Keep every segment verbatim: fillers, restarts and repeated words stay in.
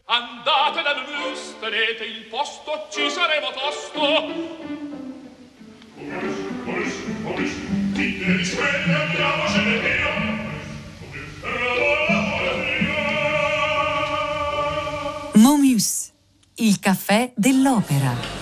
Andate da Momus, tenete il posto, ci saremo tosto. Momus, Momus, Momus, dite di sveglia, andiamocene via. Momus, il caffè dell'opera.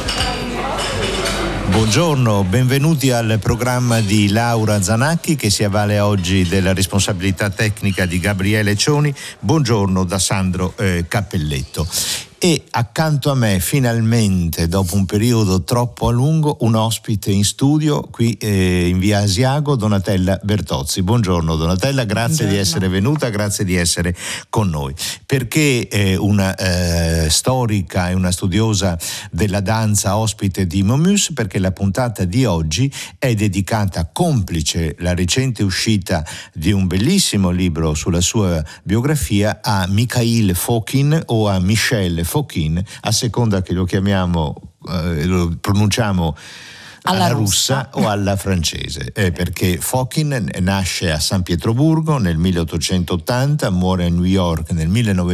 Buongiorno, benvenuti al programma di Laura Zanacchi che si avvale oggi della responsabilità tecnica di Gabriele Cioni. Buongiorno da Sandro eh, Cappelletto. E accanto a me finalmente, dopo un periodo troppo a lungo, un ospite in studio qui eh, in via Asiago, Donatella Bertozzi. Buongiorno Donatella, grazie Buongiorno. di essere venuta, grazie di essere con noi. Perché eh, una eh, storica e una studiosa della danza ospite di Momus? Perché la puntata di oggi è dedicata, complice la recente uscita di un bellissimo libro sulla sua biografia, a Mikhail Fokin o a Michel Fokin, a seconda che lo chiamiamo, eh, lo pronunciamo alla, alla russa, russa o alla francese, eh, perché Fokin nasce a San Pietroburgo nel milleottocentottanta, muore a New York nel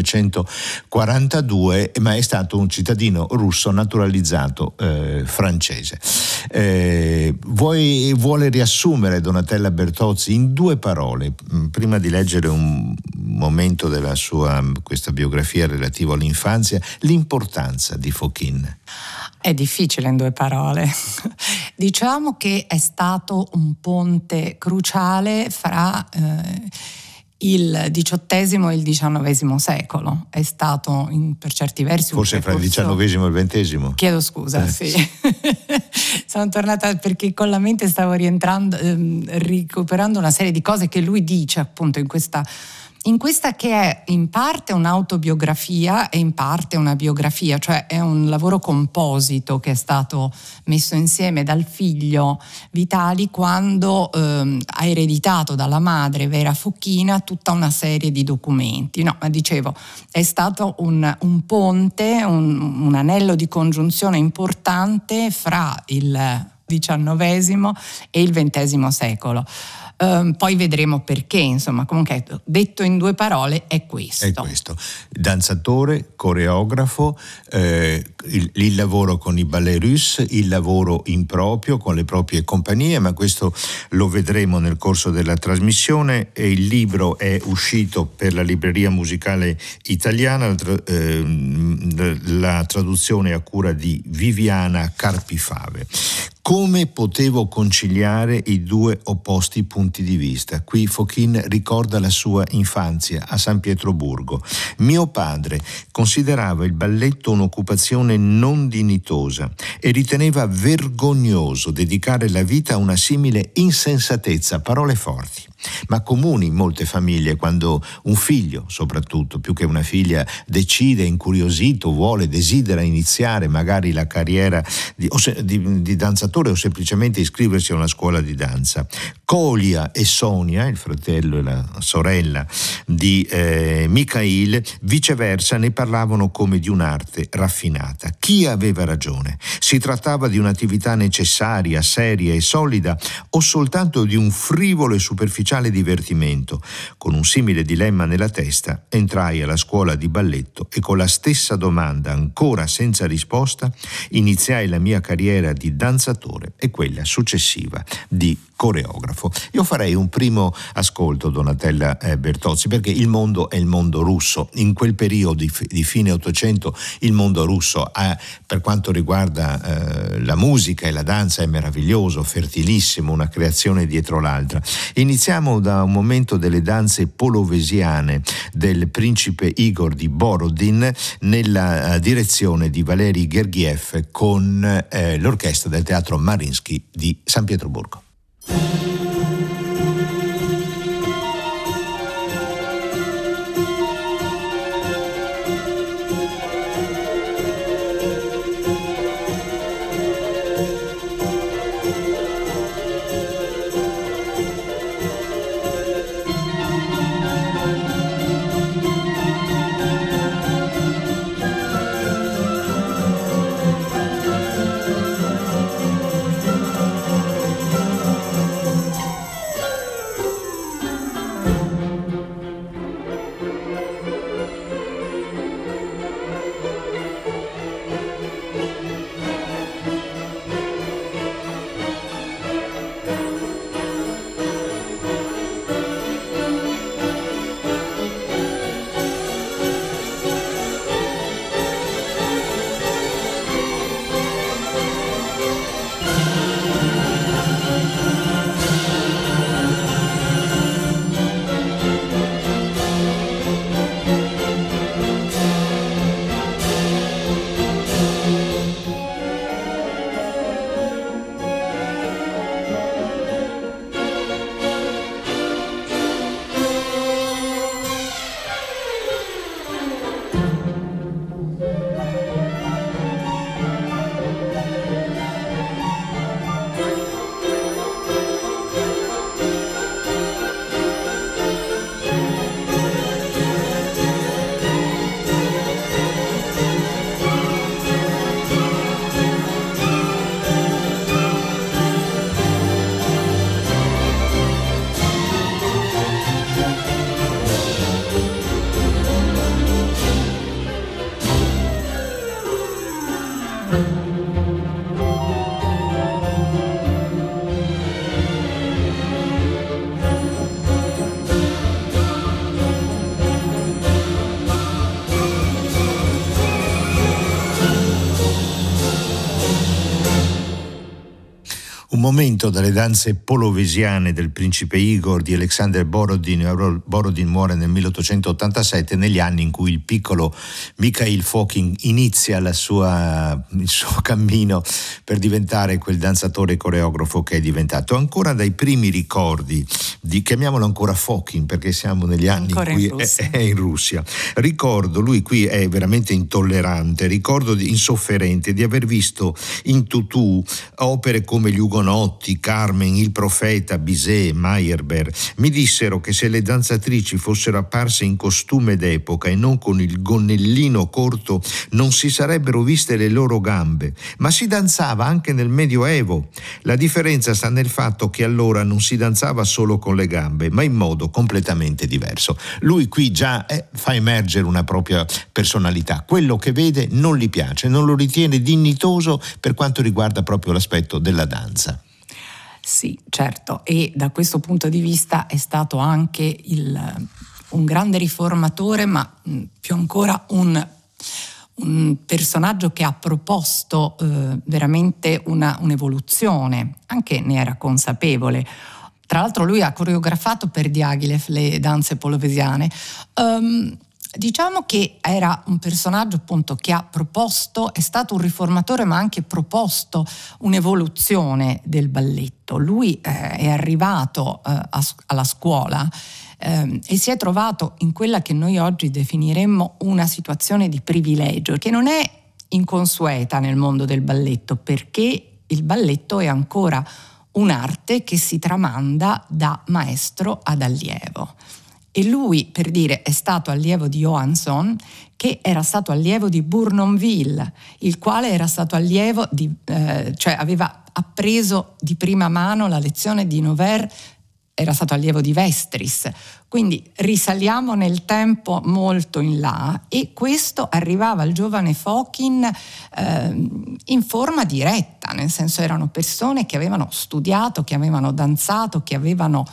millenovecentoquarantadue, ma è stato un cittadino russo naturalizzato eh, francese. Eh, vuoi, vuole riassumere Donatella Bertozzi in due parole, prima di leggere un momento della sua questa biografia relativa all'infanzia, l'importanza di Fokin? È difficile in due parole. Diciamo che è stato un ponte cruciale fra eh, il diciottesimo e il diciannovesimo secolo. È stato in, per certi versi forse un fra il diciannovesimo e il ventesimo. Chiedo scusa, eh. sì. Sono tornata perché con la mente stavo rientrando, ehm, recuperando una serie di cose che lui dice appunto in questa In questa che è in parte un'autobiografia e in parte una biografia, cioè è un lavoro composito che è stato messo insieme dal figlio Vitali quando ehm, ha ereditato dalla madre Vera Fochina tutta una serie di documenti. No, ma dicevo, è stato un, un ponte, un, un anello di congiunzione importante fra il diciannovesimo e il ventesimo secolo. Um, poi vedremo perché, insomma, comunque detto in due parole è questo. È questo. Danzatore, coreografo, eh, il, il lavoro con i ballet russe, il lavoro in proprio con le proprie compagnie, ma questo lo vedremo nel corso della trasmissione. E il libro è uscito per la Libreria Musicale Italiana, la, tra, eh, la traduzione è a cura di Viviana Carpifave. Come potevo conciliare i due opposti punti di vista? Qui Fokin ricorda la sua infanzia a San Pietroburgo. Mio padre considerava il balletto un'occupazione non dignitosa e riteneva vergognoso dedicare la vita a una simile insensatezza, parole forti, ma comuni in molte famiglie quando un figlio, soprattutto, più che una figlia, decide, incuriosito, vuole, desidera iniziare magari la carriera di, o se, di, di danzatore o semplicemente iscriversi a una scuola di danza. Colia e Sonia, il fratello e la sorella di eh, Mikhail, viceversa ne parlavano come di un'arte raffinata. Chi aveva ragione? Si trattava di un'attività necessaria, seria e solida o soltanto di un frivolo e superficiale divertimento? Con un simile dilemma nella testa entrai alla scuola di balletto e con la stessa domanda ancora senza risposta iniziai la mia carriera di danzatore e quella successiva di coreografo. Io farei un primo ascolto, Donatella eh, Bertozzi, perché il mondo è il mondo russo. In quel periodo di, di fine Ottocento il mondo russo ha, per quanto riguarda eh, la musica e la danza, è meraviglioso, fertilissimo, una creazione dietro l'altra. Iniziamo da un momento delle danze polovesiane del principe Igor di Borodin nella uh, direzione di Valery Gergiev con eh, l'orchestra del Teatro Mariinsky di San Pietroburgo. momento dalle danze polovesiane del principe Igor di Alexander Borodin. Borodin muore nel milleottocentottantasette, negli anni in cui il piccolo Mikhail Fokin inizia la sua, il suo cammino per diventare quel danzatore coreografo che è diventato. Ancora dai primi ricordi di, chiamiamolo ancora Fokin perché siamo negli anni ancora in cui in è, è in Russia. Ricordo, lui qui è veramente intollerante, ricordo di, insofferente di aver visto in tutù opere come Gli Ugonotti, Carmen, Il Profeta, Bizet, Meyerbeer. Mi dissero che se le danzatrici fossero apparse in costume d'epoca e non con il gonnellino corto non si sarebbero viste le loro gambe, ma si danzava anche nel Medioevo. La differenza sta nel fatto che allora non si danzava solo con le gambe, ma in modo completamente diverso. Lui qui già eh, fa emergere una propria personalità. Quello che vede non gli piace, non lo ritiene dignitoso per quanto riguarda proprio l'aspetto della danza. Sì, certo, e da questo punto di vista è stato anche il, un grande riformatore, ma più ancora un, un personaggio che ha proposto eh, veramente una, un'evoluzione, anche ne era consapevole. Tra l'altro lui ha coreografato per Diaghilev le danze polovesiane. Um, Diciamo che era un personaggio appunto che ha proposto, è stato un riformatore ma anche proposto un'evoluzione del balletto. Lui eh, è arrivato eh, a, alla scuola eh, e si è trovato in quella che noi oggi definiremmo una situazione di privilegio, che non è inconsueta nel mondo del balletto, perché il balletto è ancora un'arte che si tramanda da maestro ad allievo. E lui, per dire, è stato allievo di Johansson, che era stato allievo di Bournonville, il quale era stato allievo di, eh, cioè aveva appreso di prima mano la lezione di Nover, era stato allievo di Vestris. Quindi risaliamo nel tempo molto in là, e questo arrivava al giovane Fokin eh, in forma diretta, nel senso erano persone che avevano studiato, che avevano danzato, che avevano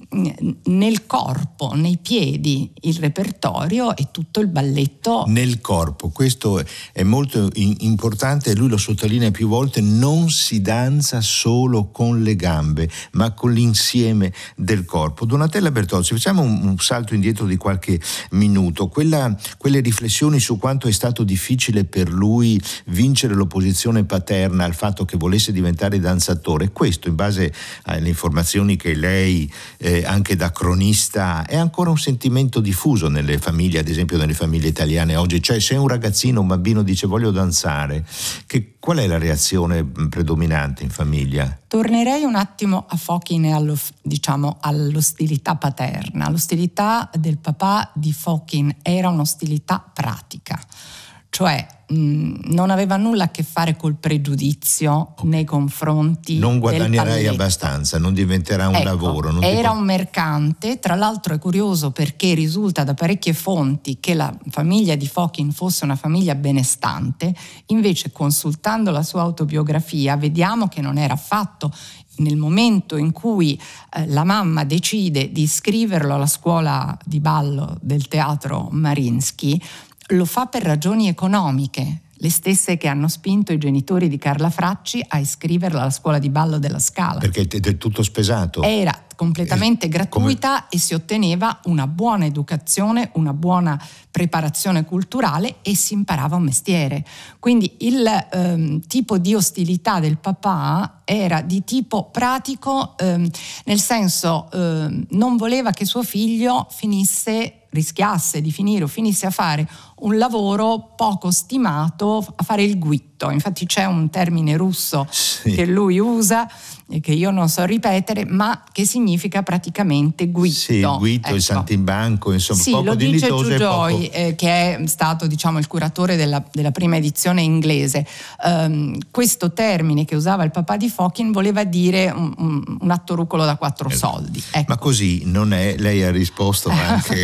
nel corpo, nei piedi il repertorio e tutto il balletto. Nel corpo, questo è molto importante e lui lo sottolinea più volte: non si danza solo con le gambe ma con l'insieme del corpo. Donatella Bertozzi, facciamo un, un salto indietro di qualche minuto. Quella, quelle riflessioni su quanto è stato difficile per lui vincere l'opposizione paterna al fatto che volesse diventare danzatore, questo in base alle informazioni che lei Eh, anche da cronista è ancora un sentimento diffuso nelle famiglie, ad esempio nelle famiglie italiane oggi. Cioè, se un ragazzino, un bambino dice voglio danzare, che, qual è la reazione predominante in famiglia? Tornerei un attimo a Fokin e allo, diciamo, all'ostilità paterna. L'ostilità del papà di Fokin era un'ostilità pratica, cioè mh, non aveva nulla a che fare col pregiudizio nei confronti non guadagnerai del balletto. Abbastanza, non diventerà un ecco, lavoro. Non era ti... un mercante. Tra l'altro è curioso perché risulta da parecchie fonti che la famiglia di Fokin fosse una famiglia benestante, invece consultando la sua autobiografia vediamo che non era affatto. Nel momento in cui eh, la mamma decide di iscriverlo alla scuola di ballo del teatro Mariinsky, lo fa per ragioni economiche, le stesse che hanno spinto i genitori di Carla Fracci a iscriverla alla scuola di ballo della Scala. Perché è del tutto spesato. Era completamente eh, gratuita come... e si otteneva una buona educazione, una buona preparazione culturale e si imparava un mestiere. Quindi il ehm, tipo di ostilità del papà era di tipo pratico, ehm, nel senso ehm, non voleva che suo figlio finisse rischiasse di finire o finisse a fare un lavoro poco stimato, a fare il guitto. Infatti c'è un termine russo sì. che lui usa e che io non so ripetere, ma che significa praticamente guitto. Sì, il guitto, ecco. Il saltimbanco, insomma, sì, poco lo dice dignitoso Giugioi, poco... eh, che è stato, diciamo, il curatore della, della prima edizione inglese. Um, questo termine che usava il papà di Fokin voleva dire un, un, un atto rucolo da quattro eh, soldi. Ecco. Ma così non è, lei ha risposto anche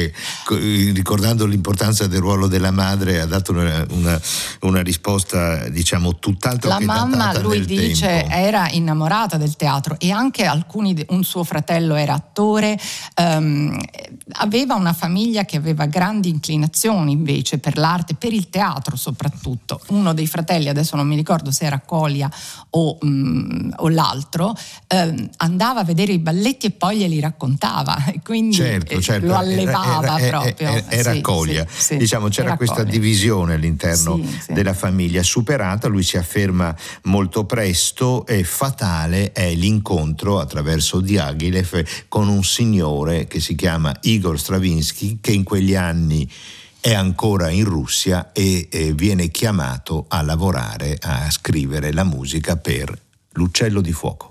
ricordando l'importanza del ruolo della madre, ha dato una, una, una risposta, diciamo, tutt'altro la che mamma, datata lui nel dice, tempo. era innamorata del teatro, e anche alcuni, un suo fratello era attore, um, aveva una famiglia che aveva grandi inclinazioni invece per l'arte, per il teatro soprattutto. Uno dei fratelli, adesso non mi ricordo se era Colia o, um, o l'altro, um, andava a vedere i balletti e poi glieli raccontava, quindi certo, certo. lo allevava era, proprio. Era, era sì, Colia, sì, sì, diciamo, c'era era questa Colia. divisione all'interno sì, sì. della famiglia superata. Lui si afferma molto presto, e fatale è l'incontro attraverso Diaghilev con un signore che si chiama Igor Stravinsky, che in quegli anni è ancora in Russia e eh, viene chiamato a lavorare, a scrivere la musica per L'Uccello di Fuoco.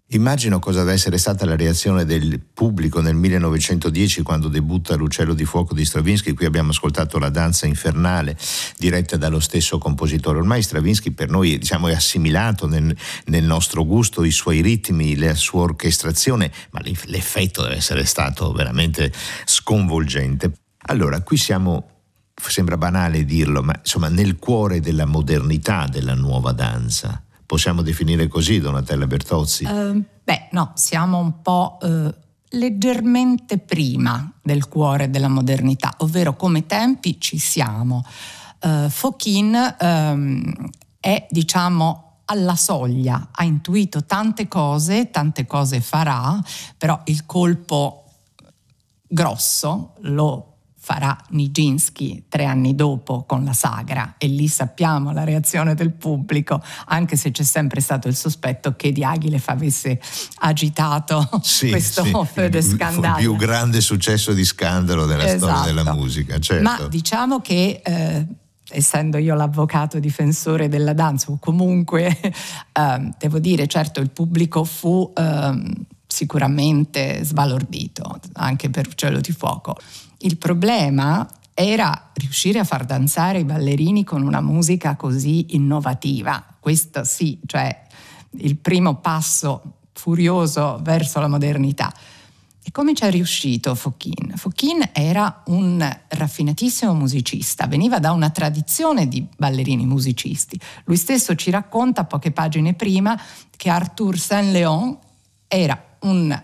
Immagino cosa deve essere stata la reazione del pubblico nel millenovecentodieci quando debutta L'Uccello di fuoco di Stravinsky. Qui abbiamo ascoltato la danza infernale diretta dallo stesso compositore. Ormai Stravinsky per noi, diciamo, è assimilato nel, nel nostro gusto, i suoi ritmi, la sua orchestrazione, ma l'effetto deve essere stato veramente sconvolgente. Allora, qui siamo, sembra banale dirlo, ma insomma nel cuore della modernità della nuova danza. Possiamo definire così, Donatella Bertozzi? Uh, beh, no, siamo un po' uh, leggermente prima del cuore della modernità, ovvero come tempi ci siamo. Uh, Fokine um, è, diciamo, alla soglia, ha intuito tante cose, tante cose farà, però il colpo grosso lo farà Nijinsky tre anni dopo con la Sagra, e lì sappiamo la reazione del pubblico, anche se c'è sempre stato il sospetto che Diaghilev avesse agitato sì, questo sì. feu de scandale. Il più grande successo di scandalo della esatto. storia della musica, certo. Ma diciamo che eh, essendo io l'avvocato difensore della danza, o comunque eh, devo dire, certo, il pubblico fu eh, sicuramente sbalordito anche per Uccello di fuoco. Il problema era riuscire a far danzare i ballerini con una musica così innovativa. Questo sì, cioè il primo passo furioso verso la modernità. E come ci è riuscito Fokine? Fokine era un raffinatissimo musicista, veniva da una tradizione di ballerini musicisti. Lui stesso ci racconta poche pagine prima che Arthur Saint-Léon era un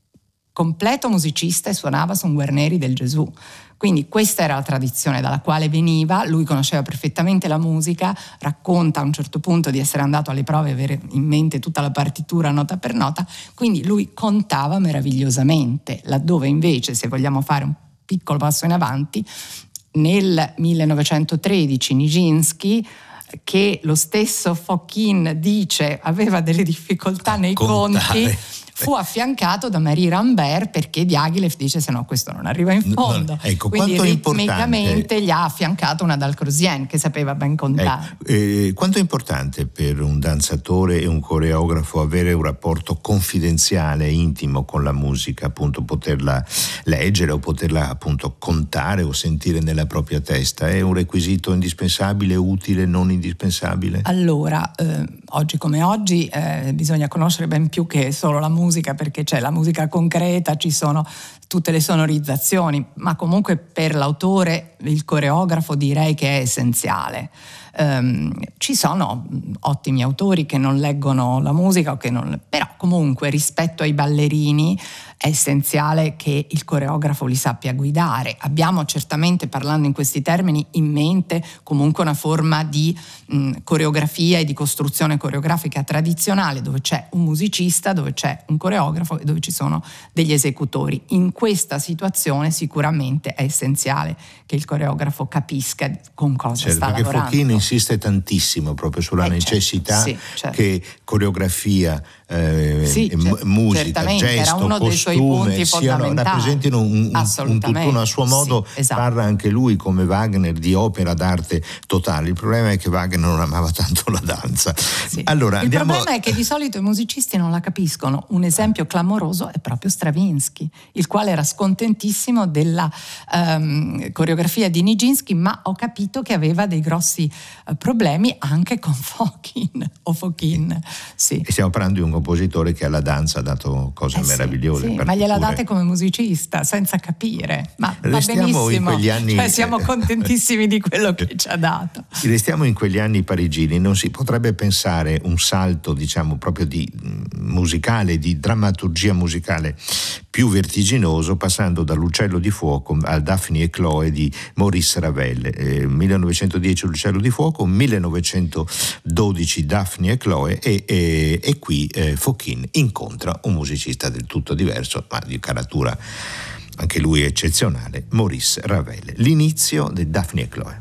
completo musicista e suonava su un Guarneri del Gesù. Quindi questa era la tradizione dalla quale veniva, lui conosceva perfettamente la musica, racconta a un certo punto di essere andato alle prove e avere in mente tutta la partitura nota per nota, quindi lui contava meravigliosamente, laddove invece, se vogliamo fare un piccolo passo in avanti, nel millenovecentotredici Nijinsky, che lo stesso Fokine dice aveva delle difficoltà nei Contare. conti, fu affiancato da Marie Rambert, perché Diaghilev dice se no questo non arriva in fondo. No, ecco, quindi ritmicamente importante... gli ha affiancato una Dalcrosien che sapeva ben contare. Ecco, eh, quanto è importante per un danzatore e un coreografo avere un rapporto confidenziale, intimo con la musica, appunto poterla leggere o poterla appunto contare o sentire nella propria testa? È un requisito indispensabile, utile, non indispensabile? Allora, eh, oggi come oggi eh, bisogna conoscere ben più che solo la musica, perché c'è la musica concreta, ci sono tutte le sonorizzazioni, ma comunque per l'autore, il coreografo, direi che è essenziale. Um, ci sono ottimi autori che non leggono la musica o che non, però comunque rispetto ai ballerini è essenziale che il coreografo li sappia guidare. Abbiamo certamente, parlando in questi termini, in mente comunque una forma di mh, coreografia e di costruzione coreografica tradizionale, dove c'è un musicista, dove c'è un coreografo e dove ci sono degli esecutori. In questa situazione sicuramente è essenziale che il coreografo capisca con cosa certo, sta perché lavorando. Fokine insiste tantissimo proprio sulla eh, necessità certo, sì, certo. che coreografia, eh, sì, m- musica, gesto, era uno dei suoi punti siano, rappresentino un, un, un tutt'uno a suo modo. Sì, esatto. Parla anche lui, come Wagner, di opera d'arte totale. Il problema è che Wagner non amava tanto la danza. Sì. Allora, il andiamo... problema è che di solito i musicisti non la capiscono. Un esempio clamoroso è proprio Stravinsky, il quale era scontentissimo della um, coreografia di Nijinsky, ma ho capito che aveva dei grossi uh, problemi anche con Fokine o Fokine. Sì. E stiamo parlando di un compositore che alla danza ha dato cose eh sì, meravigliose. Sì, ma gliela date come musicista, senza capire. Ma va benissimo, in quegli anni, cioè, siamo contentissimi di quello che ci ha dato. Restiamo in quegli anni parigini. Non si potrebbe pensare un salto, diciamo, proprio di musicale, di drammaturgia musicale più vertiginoso, passando dall'Uccello di fuoco al Daphne e Chloe di Maurice Ravel. Eh, millenovecentodieci l'Uccello di fuoco, millenovecentododici Daphne e Chloe e, e, e qui eh, Fokine incontra un musicista del tutto diverso, ma di caratura anche lui eccezionale, Maurice Ravel. L'inizio di Daphne e Chloe.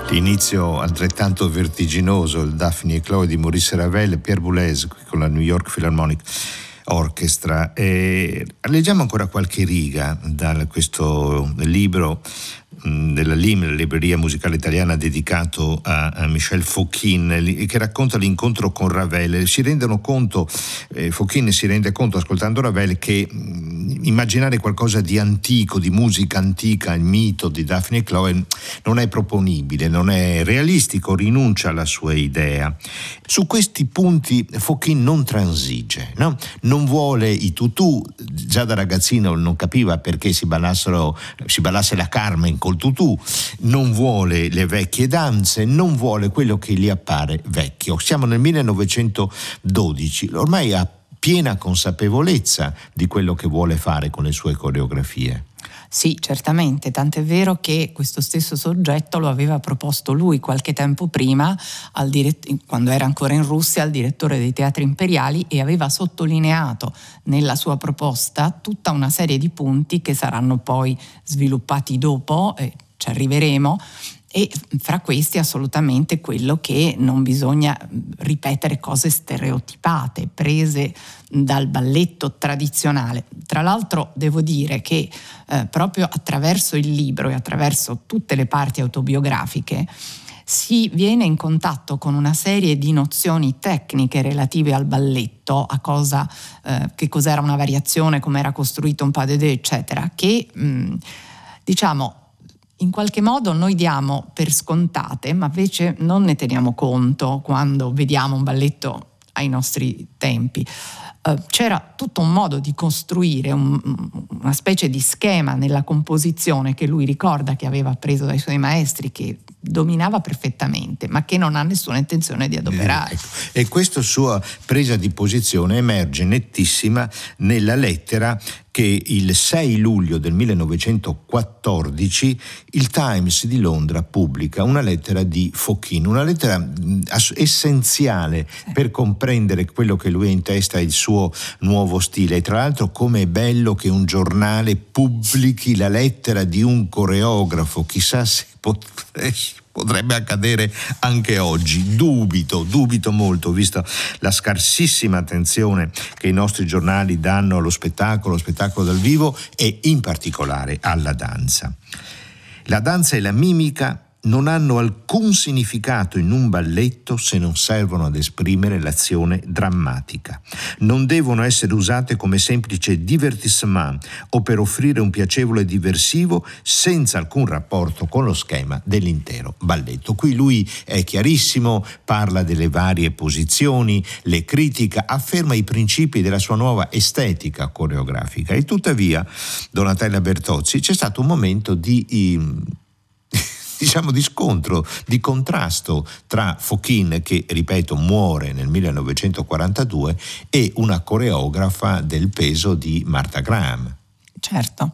L'inizio altrettanto vertiginoso, il Daphne e Chloe di Maurice Ravel e Pierre Boulez con la New York Philharmonic Orchestra. E leggiamo ancora qualche riga da questo libro della L I M, la Libreria Musicale Italiana, dedicato a, a Michel Fokine, che racconta l'incontro con Ravel. Si rendono conto, eh, Fokine si rende conto ascoltando Ravel che mh, immaginare qualcosa di antico, di musica antica, il mito di Daphne e Chloe, non è proponibile, non è realistico, rinuncia alla sua idea. Su questi punti Fokine non transige, no? Non vuole i tutù, già da ragazzino non capiva perché si ballassero, si ballasse la Carmen col tutù, non vuole le vecchie danze, non vuole quello che gli appare vecchio. Siamo nel millenovecentododici, ormai ha piena consapevolezza di quello che vuole fare con le sue coreografie. Sì, certamente, tant'è vero che questo stesso soggetto lo aveva proposto lui qualche tempo prima, al dirett- quando era ancora in Russia, al direttore dei teatri imperiali, e aveva sottolineato nella sua proposta tutta una serie di punti che saranno poi sviluppati dopo, e ci arriveremo, e fra questi assolutamente quello che non bisogna ripetere cose stereotipate, prese dal balletto tradizionale. Tra l'altro devo dire che eh, proprio attraverso il libro e attraverso tutte le parti autobiografiche si viene in contatto con una serie di nozioni tecniche relative al balletto, a cosa, eh, che cos'era una variazione, come era costruito un pas de deux, eccetera, che mh, diciamo in qualche modo noi diamo per scontate, ma invece non ne teniamo conto quando vediamo un balletto ai nostri tempi. Uh, c'era tutto un modo di costruire un, una specie di schema nella composizione che lui ricorda che aveva preso dai suoi maestri, che dominava perfettamente, ma che non ha nessuna intenzione di adoperare. Eh, ecco. E questa sua presa di posizione emerge nettissima nella lettera che il sei luglio del millenovecentoquattordici il Times di Londra pubblica, una lettera di Fokine, una lettera essenziale per comprendere quello che lui ha in testa e il suo nuovo stile. E tra l'altro come è bello che un giornale pubblichi la lettera di un coreografo, chissà se potrebbe accadere anche oggi. Dubito, dubito molto, visto la scarsissima attenzione che i nostri giornali danno allo spettacolo, allo spettacolo dal vivo e in particolare alla danza. La danza e la mimica non hanno alcun significato in un balletto se non servono ad esprimere l'azione drammatica. Non devono essere usate come semplice divertissement o per offrire un piacevole diversivo senza alcun rapporto con lo schema dell'intero balletto. Qui lui è chiarissimo, parla delle varie posizioni, le critica, afferma i principi della sua nuova estetica coreografica. E tuttavia, Donatella Bertozzi, c'è stato un momento di diciamo di scontro, di contrasto tra Fokine, che ripeto muore nel millenovecentoquarantadue, e una coreografa del peso di Martha Graham. Certo,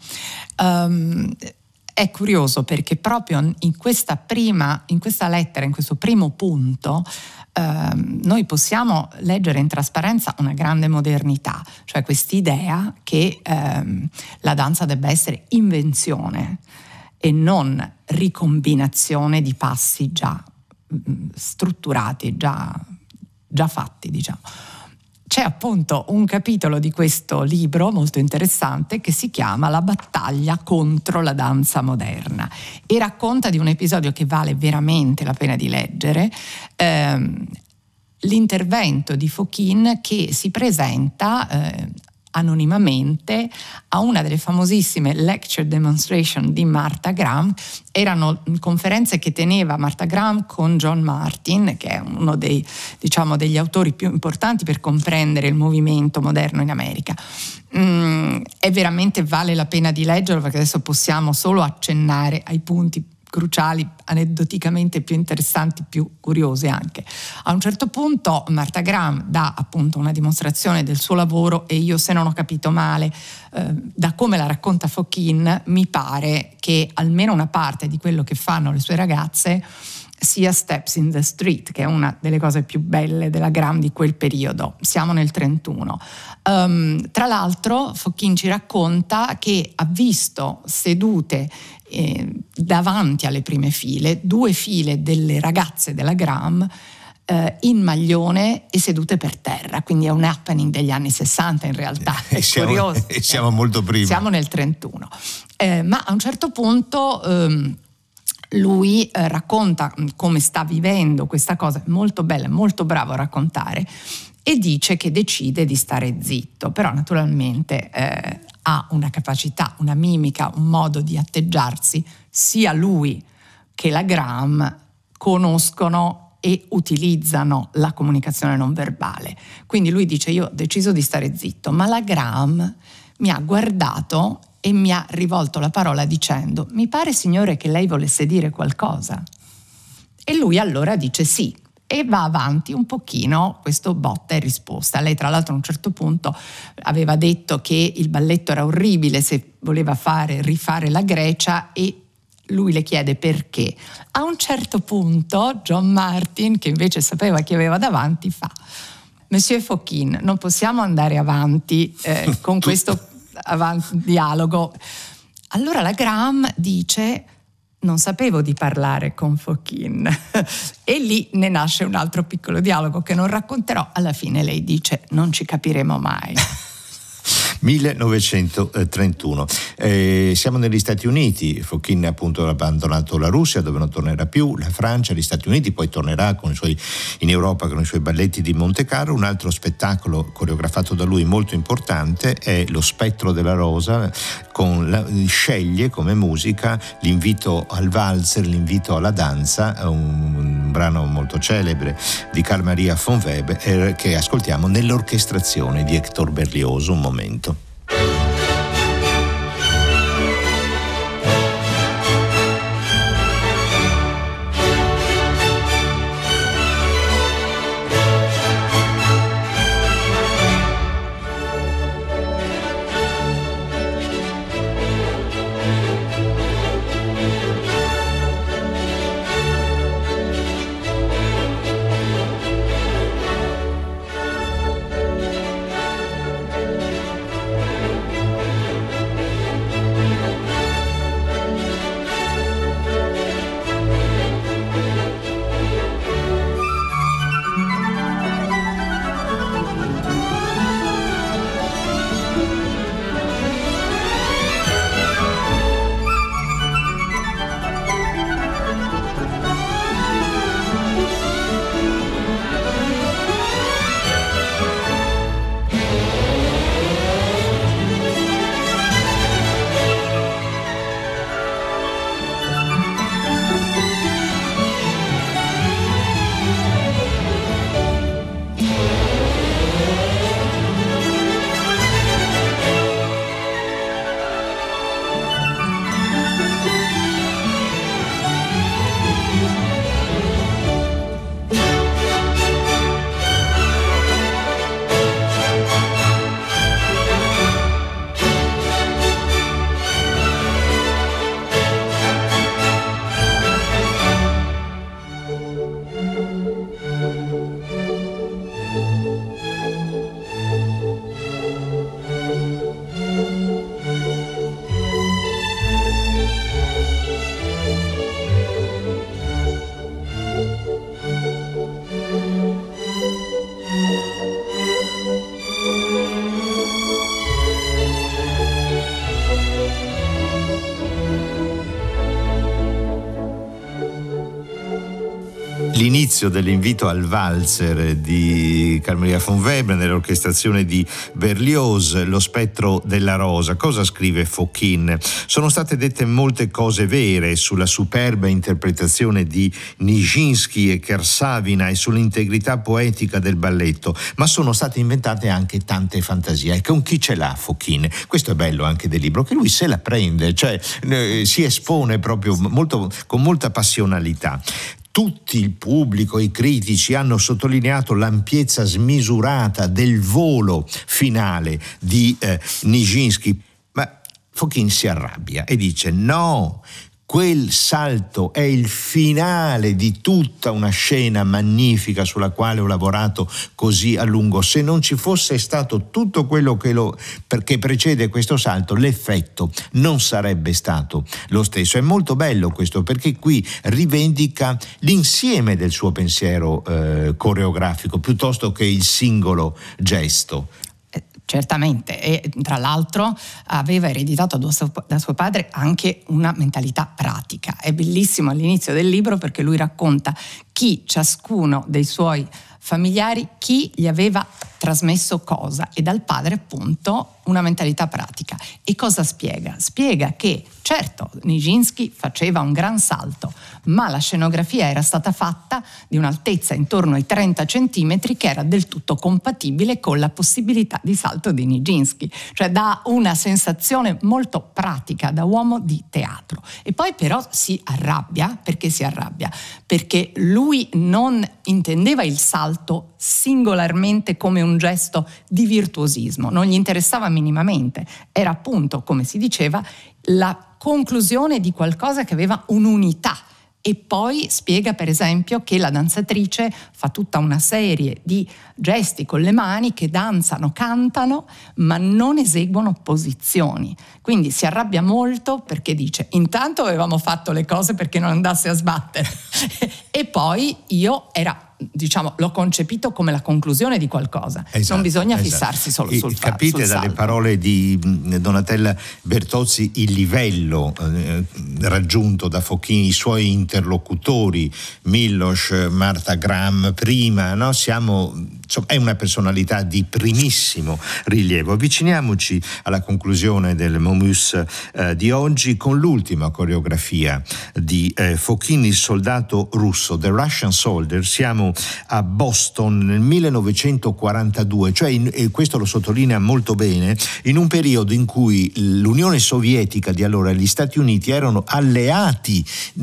um, è curioso perché proprio in questa prima, in questa lettera, in questo primo punto, um, noi possiamo leggere in trasparenza una grande modernità, cioè quest'idea che um, la danza debba essere invenzione e non ricombinazione di passi già strutturati, già, già fatti, diciamo. C'è appunto un capitolo di questo libro molto interessante che si chiama La battaglia contro la danza moderna e racconta di un episodio che vale veramente la pena di leggere, ehm, l'intervento di Fokine che si presenta eh, anonimamente a una delle famosissime lecture demonstration di Martha Graham. Erano conferenze che teneva Martha Graham con John Martin, che è uno dei, diciamo, degli autori più importanti per comprendere il movimento moderno in America. Mm, e veramente vale la pena di leggerlo, perché adesso possiamo solo accennare ai punti cruciali, aneddoticamente più interessanti, più curiosi anche. A un certo punto Martha Graham dà appunto una dimostrazione del suo lavoro e io, se non ho capito male, eh, da come la racconta Fokine, mi pare che almeno una parte di quello che fanno le sue ragazze sia Steps in the Street, che è una delle cose più belle della Graham di quel periodo. Siamo nel trentuno. Um, tra l'altro Fokine ci racconta che ha visto sedute eh, davanti alle prime file due file delle ragazze della Graham eh, in maglione e sedute per terra, quindi è un happening degli anni sessanta in realtà, è siamo, curioso. Siamo molto prima. Siamo nel trentuno. Eh, ma a un certo punto um, lui eh, racconta come sta vivendo questa cosa, molto bella, molto bravo a raccontare, e dice che decide di stare zitto, però naturalmente eh, ha una capacità, una mimica, un modo di atteggiarsi, sia lui che la Graham conoscono e utilizzano la comunicazione non verbale. Quindi lui dice: io ho deciso di stare zitto, ma la Graham mi ha guardato e mi ha rivolto la parola dicendo: mi pare, signore, che lei volesse dire qualcosa. E lui allora dice sì, e va avanti un pochino questo botta e risposta. Lei tra l'altro a un certo punto aveva detto che il balletto era orribile se voleva fare rifare la Grecia, e lui le chiede perché. A un certo punto John Martin, che invece sapeva chi aveva davanti, fa: Monsieur Fokine, non possiamo andare avanti eh, con questo avanti, dialogo. Allora la Graham dice: non sapevo di parlare con Fokine. E lì ne nasce un altro piccolo dialogo che non racconterò. Alla fine lei dice: non ci capiremo mai. millenovecentotrentuno. Eh, siamo negli Stati Uniti. Fokine appunto ha abbandonato la Russia, dove non tornerà più, la Francia, gli Stati Uniti, poi tornerà con i suoi, in Europa con i suoi balletti di Monte Carlo. Un altro spettacolo coreografato da lui molto importante è Lo spettro della rosa, con la, sceglie come musica l'invito al valzer, l'invito alla danza, un, un brano molto celebre di Carl Maria von Weber che ascoltiamo nell'orchestrazione di Hector Berlioz. Un momento. L'inizio dell'invito al valzer di Carl Maria von Weber nell'orchestrazione di Berlioz, Lo spettro della rosa. Cosa scrive Fokine? Sono state dette molte cose vere sulla superba interpretazione di Nijinsky e Kersavina e sull'integrità poetica del balletto, ma sono state inventate anche tante fantasie. E con chi ce l'ha Fokine? Questo è bello anche del libro, che lui se la prende, cioè eh, si espone proprio molto, con molta passionalità. Tutti il pubblico, i critici hanno sottolineato l'ampiezza smisurata del volo finale di eh, Nijinsky, ma Fokine si arrabbia e dice: no, Quel salto è il finale di tutta una scena magnifica sulla quale ho lavorato così a lungo. Se non ci fosse stato tutto quello che, lo, che precede questo salto, l'effetto non sarebbe stato lo stesso. È molto bello questo, perché qui rivendica l'insieme del suo pensiero eh, coreografico piuttosto che il singolo gesto. Certamente, e tra l'altro aveva ereditato da suo, da suo padre anche una mentalità pratica. È bellissimo all'inizio del libro perché lui racconta chi ciascuno dei suoi familiari, chi gli aveva trasmesso cosa, e dal padre appunto una mentalità pratica. E cosa spiega? Spiega che certo Nijinsky faceva un gran salto, ma la scenografia era stata fatta di un'altezza intorno ai trenta centimetri che era del tutto compatibile con la possibilità di salto di Nijinsky, cioè dà una sensazione molto pratica da uomo di teatro. E poi però si arrabbia. Perché si arrabbia? Perché lui non intendeva il salto singolarmente come un gesto di virtuosismo, non gli interessava minimamente, era appunto, come si diceva, la conclusione di qualcosa che aveva un'unità. E poi spiega per esempio che la danzatrice fa tutta una serie di gesti con le mani che danzano, cantano, ma non eseguono posizioni. Quindi si arrabbia molto perché dice: intanto avevamo fatto le cose perché non andasse a sbattere e poi io era diciamo l'ho concepito come la conclusione di qualcosa. Esatto, non bisogna esatto. fissarsi solo sul salto. Capite sul dalle salto. Parole di Donatella Bertozzi il livello eh, raggiunto da Fokine, i suoi interlocutori, Milos, Martha Graham prima, no? Siamo, insomma, è una personalità di primissimo rilievo. Avviciniamoci alla conclusione del Momus eh, di oggi con l'ultima coreografia di eh, Fokine, il soldato russo, The Russian Soldier. Siamo a Boston nel millenovecentoquarantadue, cioè in, e questo lo sottolinea molto bene, in un periodo in cui l'Unione Sovietica di allora e gli Stati Uniti erano alleati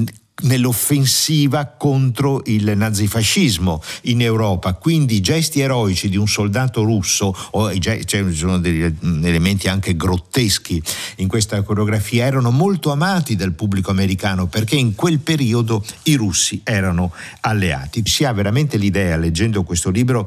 nell'offensiva contro il nazifascismo in Europa, quindi i gesti eroici di un soldato russo, o ci sono degli elementi anche grotteschi in questa coreografia, erano molto amati dal pubblico americano perché in quel periodo i russi erano alleati. Si ha veramente l'idea, leggendo questo libro,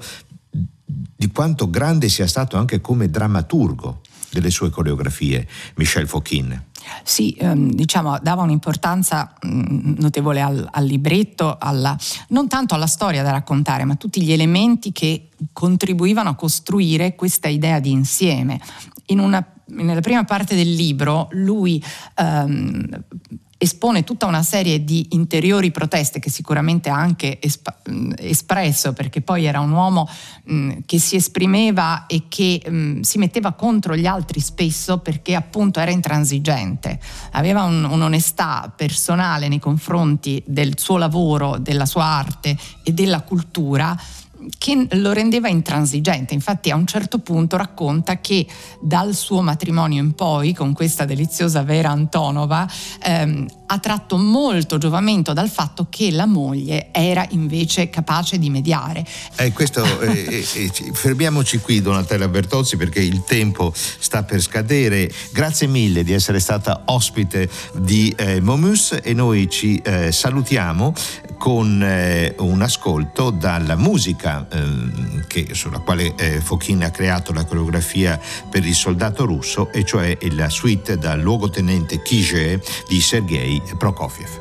di quanto grande sia stato anche come drammaturgo delle sue coreografie Michel Fokine. Sì, ehm, diciamo dava un'importanza mh, notevole al, al libretto, alla, non tanto alla storia da raccontare, ma a tutti gli elementi che contribuivano a costruire questa idea di insieme. In una, nella prima parte del libro lui ehm, espone tutta una serie di interiori proteste che sicuramente ha anche esp- espresso, perché poi era un uomo mh, che si esprimeva e che mh, si metteva contro gli altri spesso perché appunto era intransigente, aveva un, un'onestà personale nei confronti del suo lavoro, della sua arte e della cultura che lo rendeva intransigente. Infatti a un certo punto racconta che dal suo matrimonio in poi con questa deliziosa Vera Antonova ehm, ha tratto molto giovamento dal fatto che la moglie era invece capace di mediare. Eh, questo, eh, eh, fermiamoci qui, Donatella Bertozzi, perché il tempo sta per scadere. Grazie mille di essere stata ospite di eh, Momus e noi ci eh, salutiamo con eh, un ascolto dalla musica eh, che, sulla quale eh, Fokine ha creato la coreografia per il soldato russo, e cioè la suite dal luogotenente Kije di Sergei Prokofiev.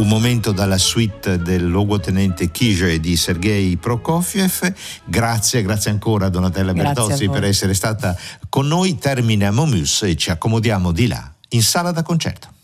un momento dalla suite del luogotenente Kyje di Sergei Prokofiev. Grazie, grazie ancora Donatella Grazie Bertozzi per essere stata con noi. Termina Momus e ci accomodiamo di là in sala da concerto.